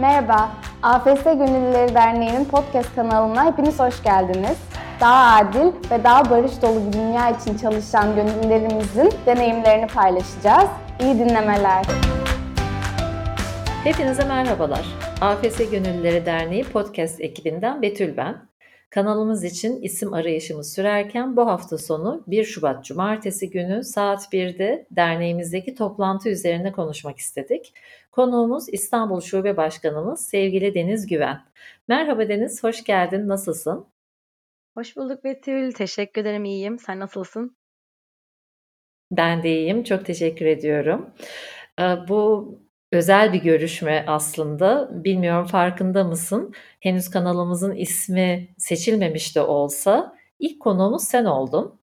Merhaba, AFS Gönüllüleri Derneği'nin podcast kanalına hepiniz hoş geldiniz. Daha adil ve daha barış dolu bir dünya için çalışan gönüllülerimizin deneyimlerini paylaşacağız. İyi dinlemeler. Hepinize merhabalar. AFS Gönüllüleri Derneği podcast ekibinden Betül ben. Kanalımız için isim arayışımız sürerken bu hafta sonu 1 Şubat Cumartesi günü saat 1'de derneğimizdeki toplantı üzerine konuşmak istedik. Konuğumuz İstanbul Şube Başkanımız sevgili Deniz Güven. Merhaba Deniz, hoş geldin. Nasılsın? Hoş bulduk Betül. Teşekkür ederim. İyiyim. Sen nasılsın? Ben de iyiyim. Çok teşekkür ediyorum. Bu özel bir görüşme aslında. Bilmiyorum farkında mısın? Henüz kanalımızın ismi seçilmemiş de olsa ilk konuğumuz sen oldun.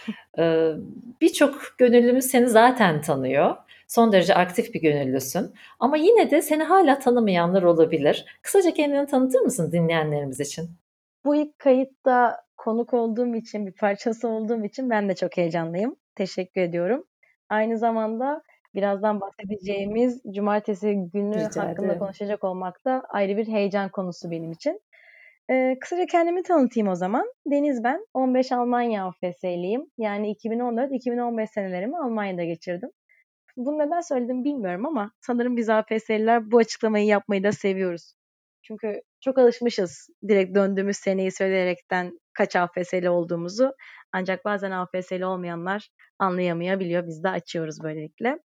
Birçok gönüllümüz seni zaten tanıyor. Son derece aktif bir gönüllüsün. Ama yine de seni hala tanımayanlar olabilir. Kısaca kendini tanıtır mısın dinleyenlerimiz için? Bu ilk kayıtta konuk olduğum için, bir parçası olduğum için ben de çok heyecanlıyım. Teşekkür ediyorum. Aynı zamanda birazdan bahsedeceğimiz cumartesi günü Rica hakkında ederim. konuşacak olmak da ayrı bir heyecan konusu benim için. Kısaca kendimi tanıtayım o zaman. Deniz ben. 15 Almanya AFS'liyim. Yani 2014-2015 senelerimi Almanya'da geçirdim. Bunu neden söyledim bilmiyorum ama sanırım biz AFS'liler bu açıklamayı yapmayı da seviyoruz. Çünkü çok alışmışız direkt döndüğümüz seneyi söyleyerekten kaç AFS'li olduğumuzu. Ancak bazen AFS'li olmayanlar anlayamayabiliyor. Biz de açıyoruz böylelikle.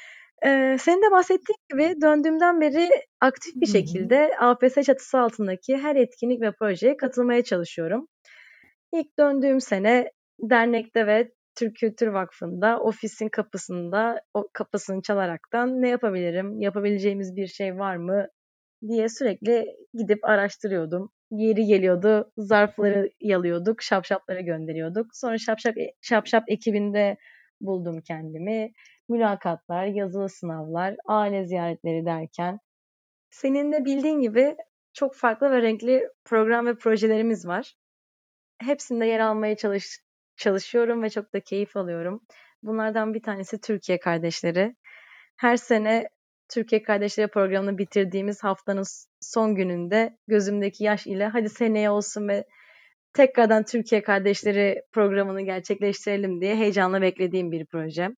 Senin de bahsettiğin gibi döndüğümden beri aktif bir şekilde AFS çatısı altındaki her etkinlik ve projeye katılmaya çalışıyorum. İlk döndüğüm sene dernekte ve Türk Kültür Vakfı'nda ofisin kapısında kapısını çalaraktan ne yapabilirim, yapabileceğimiz bir şey var mı diye sürekli gidip araştırıyordum. Yeri geliyordu, zarfları yalıyorduk, şapşapları gönderiyorduk. Sonra şapşap ekibinde buldum kendimi. Mülakatlar, yazılı sınavlar, aile ziyaretleri derken. Senin de bildiğin gibi çok farklı ve renkli program ve projelerimiz var. Hepsinde yer almaya çalışıyorum ve çok da keyif alıyorum. Bunlardan bir tanesi Türkiye Kardeşleri. Her sene Türkiye Kardeşleri programını bitirdiğimiz haftanın son gününde gözümdeki yaş ile hadi seneye olsun ve tekrardan Türkiye Kardeşleri programını gerçekleştirelim diye heyecanla beklediğim bir proje.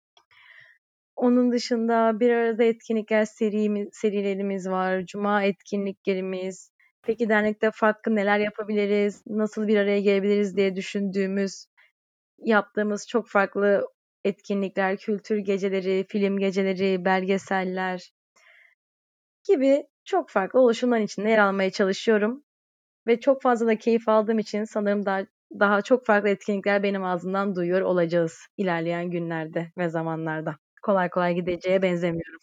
Onun dışında bir arada etkinlikler serilerimiz var. Cuma etkinliklerimiz. Peki dernekte farklı neler yapabiliriz? Nasıl bir araya gelebiliriz diye düşündüğümüz, yaptığımız çok farklı etkinlikler, kültür geceleri, film geceleri, belgeseller gibi çok farklı oluşumların içinde yer almaya çalışıyorum. Ve çok fazla da keyif aldığım için sanırım daha çok farklı etkinlikler benim ağzımdan duyuyor olacağız ilerleyen günlerde ve zamanlarda. Kolay kolay gideceğe benzemiyorum.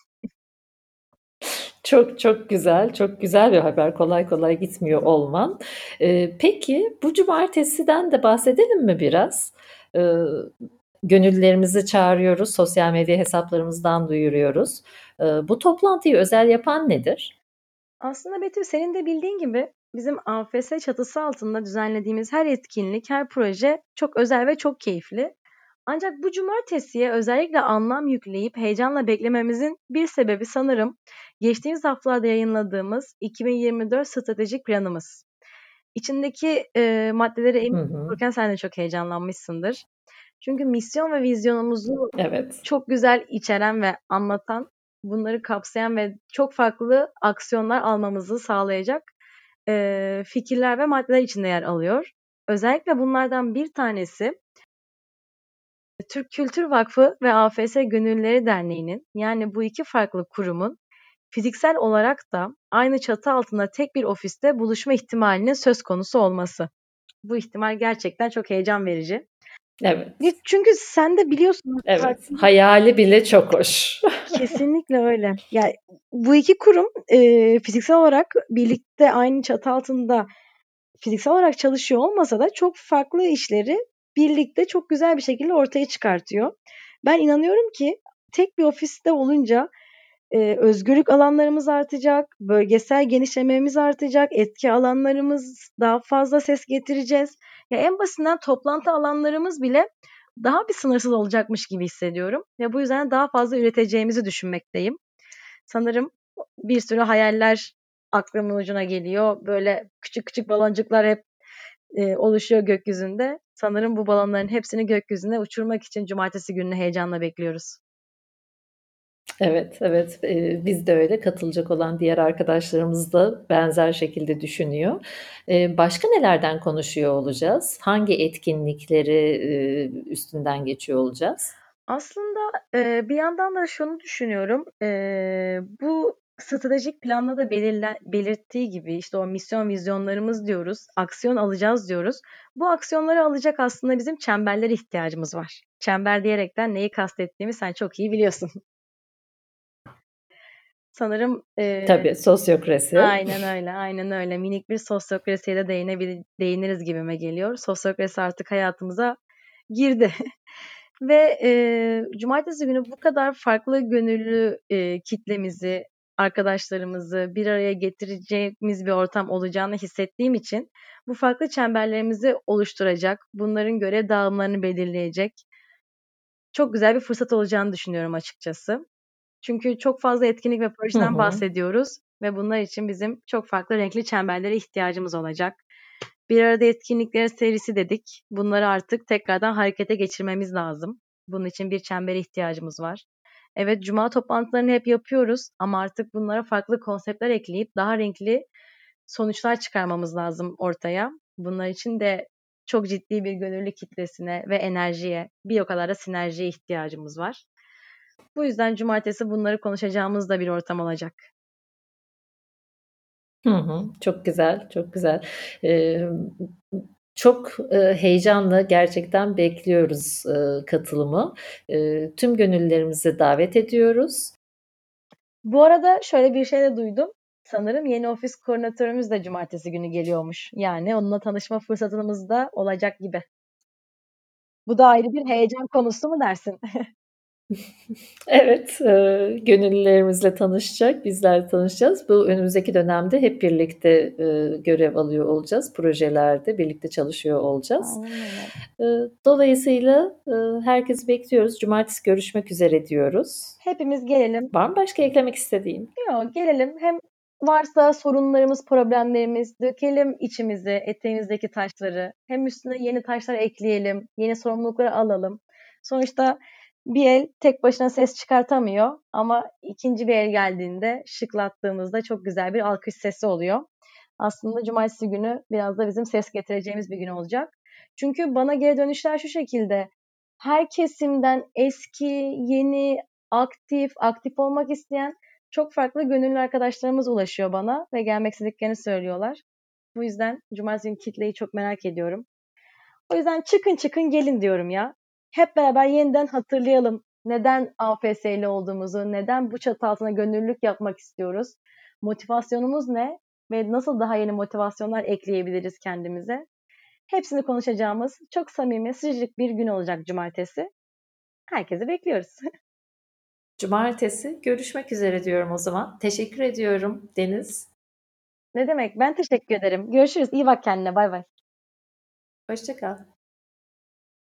Çok çok güzel, çok güzel bir haber. Kolay kolay gitmiyor olman. Peki bu cumartesiden de bahsedelim mi biraz? Gönüllülerimizi çağırıyoruz, sosyal medya hesaplarımızdan duyuruyoruz. Bu toplantıyı özel yapan nedir? Aslında Betül senin de bildiğin gibi bizim AFS çatısı altında düzenlediğimiz her etkinlik, her proje çok özel ve çok keyifli. Ancak bu cumartesiye özellikle anlam yükleyip heyecanla beklememizin bir sebebi sanırım geçtiğimiz haftalarda yayınladığımız 2024 stratejik planımız. İçindeki maddeleri Hı eminim hı. okurken sen de çok heyecanlanmışsındır. Çünkü misyon ve vizyonumuzu Evet. çok güzel içeren ve anlatan, bunları kapsayan ve çok farklı aksiyonlar almamızı sağlayacak fikirler ve maddeler içinde yer alıyor. Özellikle bunlardan bir tanesi Türk Kültür Vakfı ve AFS Gönüllüleri Derneği'nin, yani bu iki farklı kurumun fiziksel olarak da aynı çatı altında tek bir ofiste buluşma ihtimalinin söz konusu olması. Bu ihtimal gerçekten çok heyecan verici. Evet. Çünkü sen de biliyorsun Evet. Hayali bile çok hoş. kesinlikle öyle. Yani bu iki kurum fiziksel olarak birlikte aynı çatı altında fiziksel olarak çalışıyor olmasa da çok farklı işleri birlikte çok güzel bir şekilde ortaya çıkartıyor. Ben inanıyorum ki tek bir ofiste olunca özgürlük alanlarımız artacak, bölgesel genişlememiz artacak, etki alanlarımız daha fazla ses getireceğiz. Ya en basitinden toplantı alanlarımız bile daha bir sınırsız olacakmış gibi hissediyorum ve bu yüzden daha fazla üreteceğimizi düşünmekteyim. Sanırım bir sürü hayaller aklımın ucuna geliyor. Böyle küçük küçük baloncuklar hep oluşuyor gökyüzünde. Sanırım bu balonların hepsini gökyüzüne uçurmak için cumartesi gününü heyecanla bekliyoruz. Evet, evet. Biz de öyle. Katılacak olan diğer arkadaşlarımız da benzer şekilde düşünüyor. Başka nelerden konuşuyor olacağız? Hangi etkinlikleri, üstünden geçiyor olacağız? Aslında, bir yandan da şunu düşünüyorum. Bu stratejik planda da belirttiği gibi, işte, o misyon vizyonlarımız diyoruz, aksiyon alacağız diyoruz. Bu aksiyonları alacak aslında bizim çemberlere ihtiyacımız var. Çember diyerekten neyi kastettiğimi sen çok iyi biliyorsun. Sanırım, Tabii, sosyokrasi. aynen öyle, aynen öyle. Minik bir sosyokrasiye de değiniriz gibime geliyor. Sosyokrasi artık hayatımıza girdi. Ve cumartesi günü bu kadar farklı gönüllü kitlemizi, arkadaşlarımızı bir araya getireceğimiz bir ortam olacağını hissettiğim için bu farklı çemberlerimizi oluşturacak, bunların görev dağılımlarını belirleyecek çok güzel bir fırsat olacağını düşünüyorum açıkçası. Çünkü çok fazla etkinlik ve Hı projeden hı. bahsediyoruz ve bunlar için bizim çok farklı renkli çemberlere ihtiyacımız olacak. Bir arada etkinlikler serisi dedik. Bunları artık tekrardan harekete geçirmemiz lazım. Bunun için bir çembere ihtiyacımız var. Evet, cuma toplantılarını hep yapıyoruz ama artık bunlara farklı konseptler ekleyip daha renkli sonuçlar çıkarmamız lazım ortaya. Bunlar için de çok ciddi bir gönüllü kitlesine ve enerjiye, bir o kadar da sinerjiye ihtiyacımız var. Bu yüzden cumartesi bunları konuşacağımız da bir ortam olacak. Hı hı. Çok güzel, çok güzel. Emm, çok, heyecanla gerçekten bekliyoruz, katılımı. Tüm gönüllülerimizi davet ediyoruz. Bu arada şöyle bir şey de duydum. Sanırım yeni ofis koordinatörümüz de cumartesi günü geliyormuş. Yani onunla tanışma fırsatımız da olacak gibi. Bu da ayrı bir heyecan konusu mu dersin? Evet, gönüllülerimizle tanışacak, bizler de tanışacağız. Bu önümüzdeki dönemde hep birlikte, görev alıyor olacağız. Projelerde birlikte çalışıyor olacağız. Aynen öyle. Dolayısıyla, herkesi bekliyoruz. Cumartesi görüşmek üzere diyoruz. Hepimiz gelelim. Var mı başka eklemek istediğin? Yok, gelelim. Hem varsa sorunlarımız, problemlerimiz, dökelim içimize, eteğimizdeki taşları. Hem üstüne yeni taşlar ekleyelim, yeni sorumlulukları alalım. Sonuçta bir el tek başına ses çıkartamıyor ama ikinci bir el geldiğinde şıklattığımızda çok güzel bir alkış sesi oluyor. Aslında cumartesi günü biraz da bizim ses getireceğimiz bir gün olacak. Çünkü bana geri dönüşler şu şekilde. Her kesimden eski, yeni, aktif olmak isteyen çok farklı gönüllü arkadaşlarımız ulaşıyor bana ve gelmek istediklerini söylüyorlar. Bu yüzden cumartesi günü kitleyi çok merak ediyorum. O yüzden çıkın gelin diyorum ya. Hep beraber yeniden hatırlayalım. Neden AFS'li olduğumuzu, neden bu çatı altına gönüllülük yapmak istiyoruz? Motivasyonumuz ne? Ve nasıl daha yeni motivasyonlar ekleyebiliriz kendimize? Hepsini konuşacağımız çok samimi, sıcacık bir gün olacak cumartesi. Herkesi bekliyoruz. Cumartesi görüşmek üzere diyorum o zaman. Teşekkür ediyorum Deniz. Ne demek? Ben teşekkür ederim. Görüşürüz. İyi bak kendine. Bay bay. Hoşça kal.